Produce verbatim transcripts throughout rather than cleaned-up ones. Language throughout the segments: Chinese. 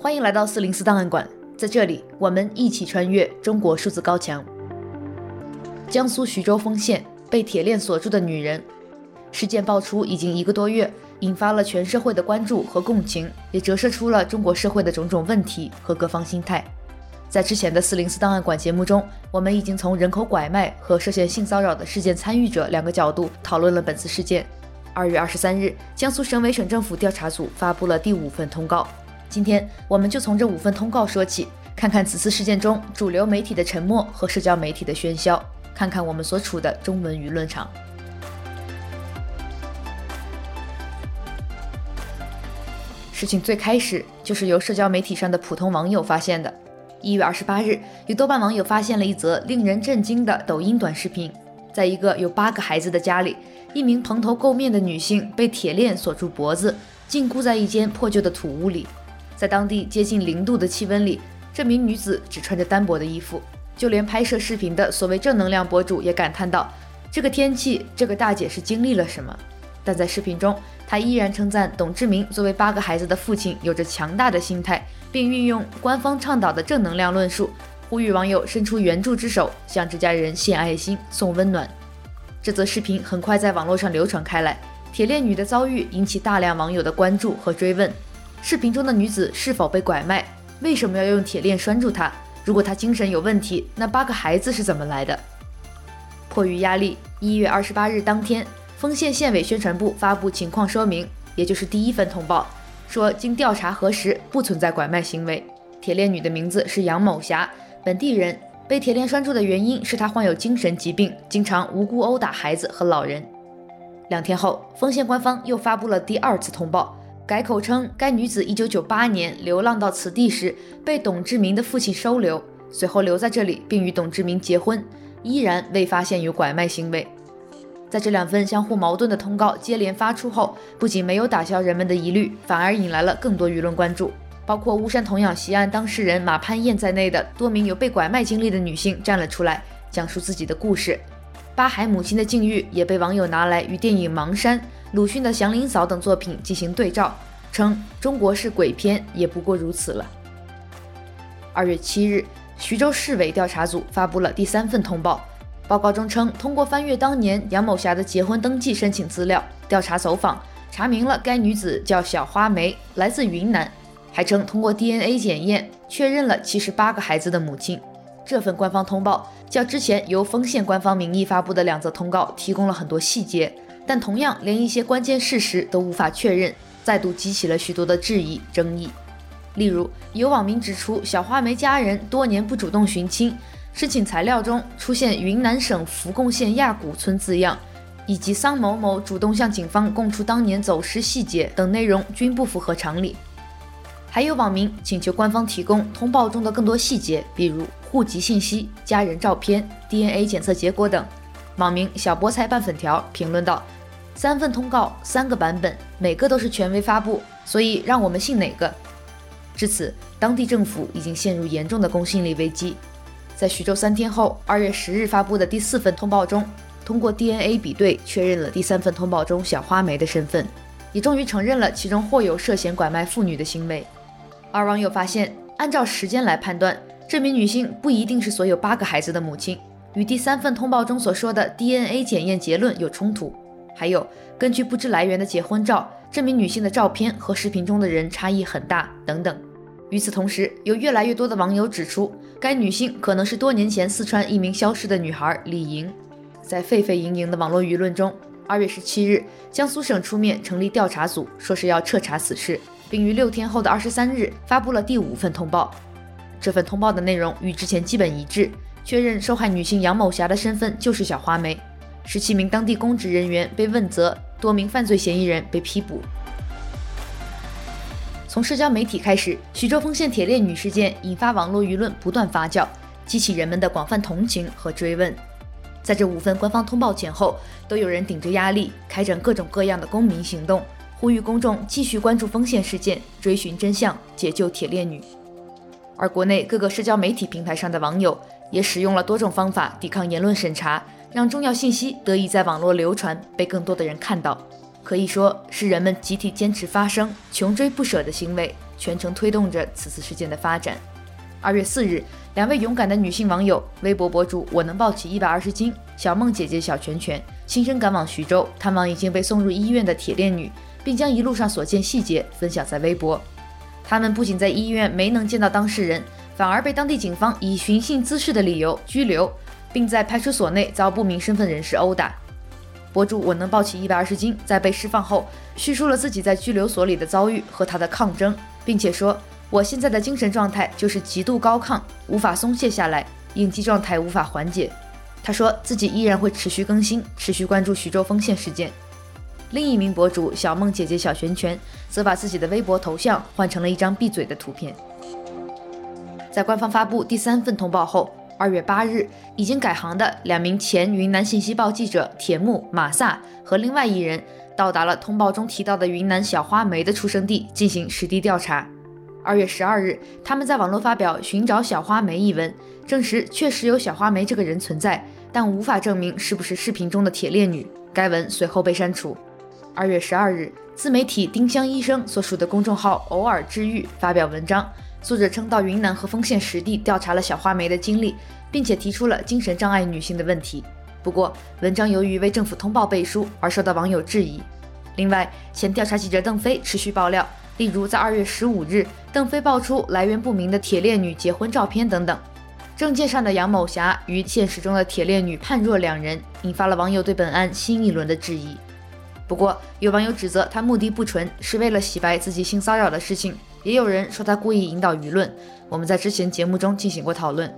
欢迎来到四零四档案馆，在这里我们一起穿越中国数字高墙。江苏徐州丰县被铁链锁住的女人事件爆出已经一个多月，引发了全社会的关注和共情，也折射出了中国社会的种种问题和各方心态。在之前的四零四档案馆节目中，我们已经从人口拐卖和涉嫌性骚扰的事件参与者两个角度讨论了本次事件。二月二十三日，江苏省委省政府调查组发布了第五份通告。今天我们就从这五份通告说起，看看此次事件中主流媒体的沉默和社交媒体的喧嚣，看看我们所处的中文舆论场。事情最开始就是由社交媒体上的普通网友发现的。一月二十八日，有豆瓣网友发现了一则令人震惊的抖音短视频。在一个有八个孩子的家里，一名蓬头垢面的女性被铁链锁住脖子，禁锢在一间破旧的土屋里。在当地接近零度的气温里，这名女子只穿着单薄的衣服，就连拍摄视频的所谓正能量博主也感叹道：这个天气，这个大姐是经历了什么？但在视频中，她依然称赞董志明作为八个孩子的父亲有着强大的心态，并运用官方倡导的正能量论述，呼吁网友伸出援助之手，向这家人献爱心、送温暖。这则视频很快在网络上流传开来，铁链女的遭遇引起大量网友的关注和追问。视频中的女子是否被拐卖？为什么要用铁链拴住她？如果她精神有问题，那八个孩子是怎么来的？迫于压力，一月二十八日当天，丰县县委宣传部发布情况说明，也就是第一份通报，说经调查核实，不存在拐卖行为。铁链女的名字是杨某霞，本地人，被铁链拴住的原因是她患有精神疾病，经常无故殴打孩子和老人。两天后，丰县官方又发布了第二次通报，改口称该女子一九九八年流浪到此地时被董志明的父亲收留，随后留在这里并与董志明结婚，依然未发现有拐卖行为。在这两份相互矛盾的通告接连发出后，不仅没有打消人们的疑虑，反而引来了更多舆论关注。包括巫山童养媳案当事人马潘燕在内的多名有被拐卖经历的女性站了出来，讲述自己的故事。八孩母亲的境遇也被网友拿来与电影《盲山》、鲁迅的《祥林嫂》等作品进行对照，称中国式鬼片也不过如此了。二月七日，徐州市委调查组发布了第三份通报，报告中称，通过翻阅当年杨某霞的结婚登记申请资料，调查走访，查明了该女子叫小花梅，来自云南，还称通过 D N A 检验确认了其实八个孩子的母亲。这份官方通报较之前由丰县官方名义发布的两则通告提供了很多细节，但同样连一些关键事实都无法确认，再度激起了许多的质疑争议。例如，有网民指出小花梅家人多年不主动寻亲，申请材料中出现云南省福贡县亚古村字样，以及桑某某主动向警方供出当年走失细节等内容均不符合常理。还有网民请求官方提供通报中的更多细节，比如户籍信息、家人照片、D N A 检测结果等。网民小菠菜拌粉条评论道：三份通告，三个版本，每个都是权威发布，所以让我们信哪个？至此，当地政府已经陷入严重的公信力危机。在徐州三天后，二月十日发布的第四份通报中，通过 D N A 比对确认了第三份通报中小花梅的身份，也终于承认了其中或有涉嫌拐卖妇女的行为。而网友发现，按照时间来判断，这名女性不一定是所有八个孩子的母亲，与第三份通报中所说的 D N A 检验结论有冲突。还有，根据不知来源的结婚照，这名女性的照片和视频中的人差异很大，等等。与此同时，有越来越多的网友指出，该女性可能是多年前四川一名消失的女孩李莹。在沸沸盈盈的网络舆论中，二月十七日，江苏省出面成立调查组，说是要彻查此事，并于六天后的二十三日发布了第五份通报。这份通报的内容与之前基本一致，确认受害女性杨某霞的身份就是小花梅。十七名当地公职人员被问责，多名犯罪嫌疑人被批捕。从社交媒体开始，徐州丰县铁链女事件引发网络舆论不断发酵，激起人们的广泛同情和追问。在这五份官方通报前后，都有人顶着压力开展各种各样的公民行动，呼吁公众继续关注丰县事件，追寻真相，解救铁链女。而国内各个社交媒体平台上的网友也使用了多种方法抵抗言论审查，让重要信息得以在网络流传，被更多的人看到。 可以说是人们集体坚持发声、穷追不舍的行为，全程推动着此次事件的发展。二月四日，两位勇敢的女性网友，微博博主我能抱起一百二十斤、小梦姐姐小拳拳，亲身赶往徐州探望已经被送入医院的铁链女，并将一路上所见细节分享在微博。他们不仅在医院没能见到当事人，反而被当地警方以寻衅滋事的理由拘留，并在派出所内遭不明身份人士殴打。博主我能抱起一百二十斤在被释放后，叙述了自己在拘留所里的遭遇和他的抗争，并且说，我现在的精神状态就是极度高亢，无法松懈下来，应激状态无法缓解。他说自己依然会持续更新，持续关注徐州丰县事件。另一名博主小梦姐姐小拳拳则把自己的微博头像换成了一张闭嘴的图片。在官方发布第三份通报后，二月八日，已经改行的两名前云南信息报记者铁木、马萨和另外一人到达了通报中提到的云南小花梅的出生地进行实地调查。二月十二日，他们在网络发表寻找小花梅一文，证实确实有小花梅这个人存在，但无法证明是不是视频中的铁链女。该文随后被删除。二月十二日，自媒体丁香医生所属的公众号偶尔治愈发表文章，作者称到云南和丰县实地调查了小花梅的经历，并且提出了精神障碍女性的问题。不过，文章由于为政府通报背书而受到网友质疑。另外，前调查记者邓飞持续爆料，例如在二月十五日，邓飞爆出来源不明的铁链女结婚照片等等。证件上的杨某霞与现实中的铁链女判若两人，引发了网友对本案新一轮的质疑。不过，有网友指责他目的不纯，是为了洗白自己性骚扰的事情，也有人说他故意引导舆论。我们在之前节目中进行过讨论。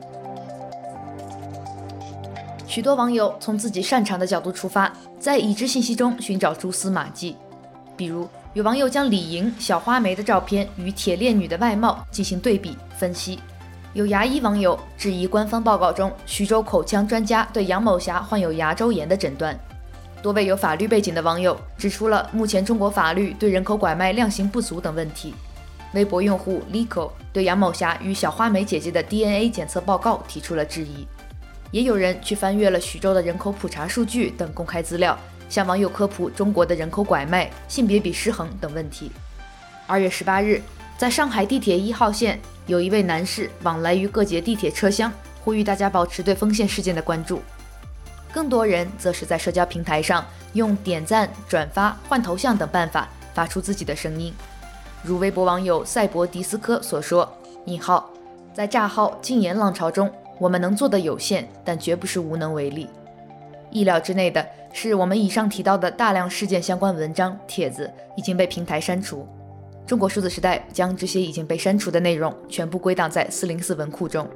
许多网友从自己擅长的角度出发，在已知信息中寻找蛛丝马迹。比如，有网友将李莹、小花梅的照片与铁链女的外貌进行对比分析。有牙医网友质疑官方报告中徐州口腔专家对杨某霞患有牙周炎的诊断。多位有法律背景的网友指出了目前中国法律对人口拐卖量刑不足等问题。微博用户 Lico 对杨某霞与小花梅姐姐的 D N A 检测报告提出了质疑。也有人去翻阅了徐州的人口普查数据等公开资料，向网友科普中国的人口拐卖、性别比失衡等问题。二月十八日，在上海地铁一号线，有一位男士往来于各节地铁车厢，呼吁大家保持对丰县事件的关注。更多人则是在社交平台上用点赞、转发、换头像等办法发出自己的声音。如微博网友赛博迪斯科所说：“引号，在炸号禁言浪潮中，我们能做的有限，但绝不是无能为力。”意料之内的是，我们以上提到的大量事件相关文章、帖子已经被平台删除。中国数字时代将这些已经被删除的内容全部归档在四零四文库中。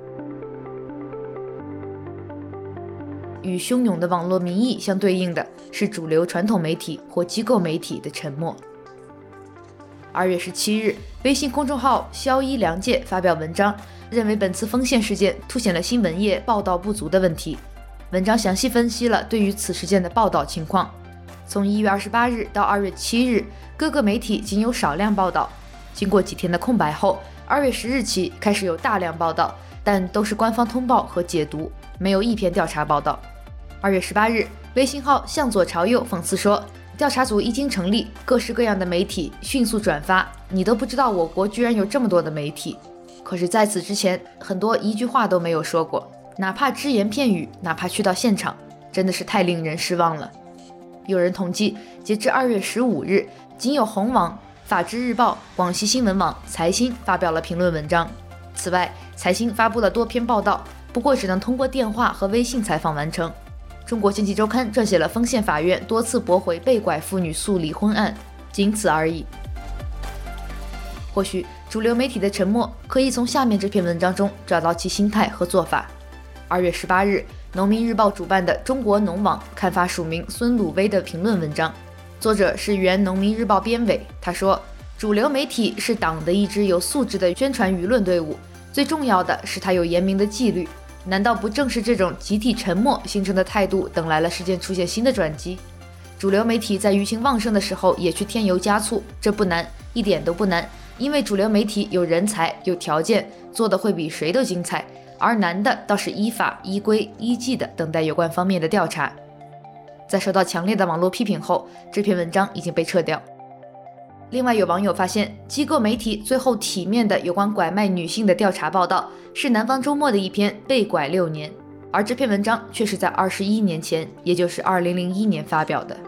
与汹涌的网络民意相对应的是主流传统媒体或机构媒体的沉默。二月十七日，微信公众号萧一良界发表文章，认为本次丰县事件凸显了新闻业报道不足的问题。文章详细分析了对于此事件的报道情况。从一月二十八日到二月七日，各个媒体仅有少量报道。经过几天的空白后，二月十日起开始有大量报道，但都是官方通报和解读，没有一篇调查报道。二月十八日，微信号向左朝右讽刺说，调查组一经成立，各式各样的媒体迅速转发，你都不知道我国居然有这么多的媒体。可是在此之前，很多一句话都没有说过，哪怕只言片语，哪怕去到现场，真的是太令人失望了。有人统计，截至二月十五日，仅有红网、法制日报、广西新闻网、财新发表了评论文章。此外，财新发布了多篇报道，不过只能通过电话和微信采访完成。中国经济周刊撰写了丰县法院多次驳回被拐妇女诉离婚案，仅此而已。或许主流媒体的沉默可以从下面这篇文章中找到其心态和做法。二月十八日，农民日报主办的中国农网刊发署名孙鲁威的评论文章，作者是原农民日报编委。他说，主流媒体是党的一支有素质的宣传舆论队伍，最重要的是它有严明的纪律。难道不正是这种集体沉默形成的态度，等来了事件出现新的转机？主流媒体在舆情旺盛的时候也去添油加醋，这不难，一点都不难，因为主流媒体有人才、有条件，做的会比谁都精彩。而难的倒是依法、依规、依纪的等待有关方面的调查。 在受到强烈的网络批评后，这篇文章已经被撤掉。另外有网友发现，机构媒体最后体面的有关拐卖女性的调查报道是南方周末的一篇被拐六年，而这篇文章却是在二十一年前，也就是二零零一年发表的。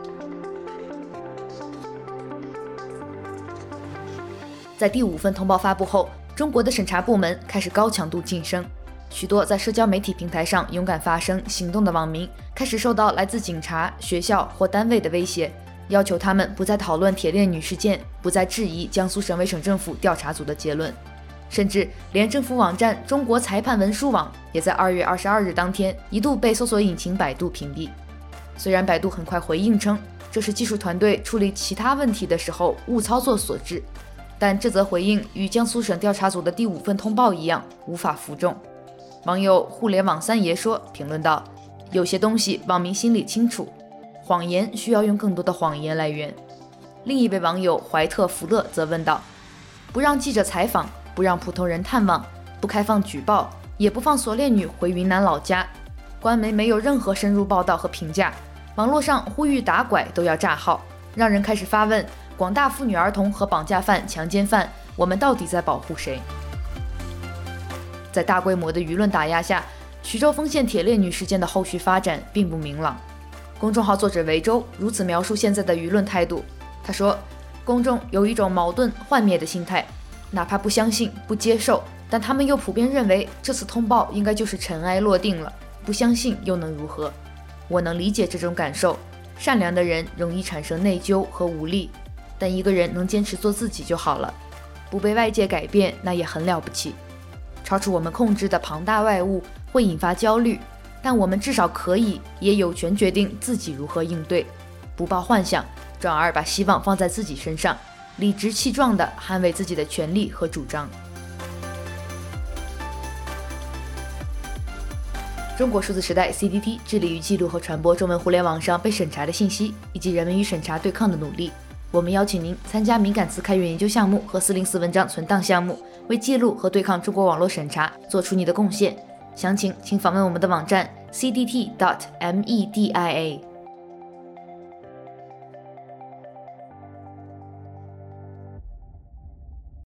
在第五份通报发布后，中国的审查部门开始高强度晋升，许多在社交媒体平台上勇敢发声行动的网民开始受到来自警察、学校或单位的威胁，要求他们不再讨论铁链女事件，不再质疑江苏省委省政府调查组的结论。甚至连政府网站中国裁判文书网也在二月二十二日当天一度被搜索引擎百度屏蔽。虽然百度很快回应称这是技术团队处理其他问题的时候误操作所致，但这则回应与江苏省调查组的第五份通报一样无法服众。网友互联网三爷说评论道，有些东西网民心里清楚，谎言需要用更多的谎言来圆。另一位网友怀特福勒则问道，不让记者采访，不让普通人探望，不开放举报，也不放锁链女回云南老家，官媒没有任何深入报道和评价，网络上呼吁打拐都要炸号，让人开始发问，广大妇女儿童和绑架犯、强奸犯，我们到底在保护谁？在大规模的舆论打压下，徐州丰县铁链女事件的后续发展并不明朗。公众号作者维州如此描述现在的舆论态度，他说，公众有一种矛盾幻灭的心态，哪怕不相信、不接受，但他们又普遍认为这次通报应该就是尘埃落定了，不相信又能如何？我能理解这种感受，善良的人容易产生内疚和无力，但一个人能坚持做自己就好了，不被外界改变，那也很了不起。超出我们控制的庞大外物会引发焦虑，但我们至少可以也有权决定自己如何应对，不抱幻想，转而把希望放在自己身上，理直气壮地捍卫自己的权利和主张。中国数字时代 C D T 致力于记录和传播中文互联网上被审查的信息，以及人们与审查对抗的努力。我们邀请您参加敏感词开源研究项目和四零四文章存档项目，为记录和对抗中国网络审查做出你的贡献。详情请访问我们的网站 c d t dot media。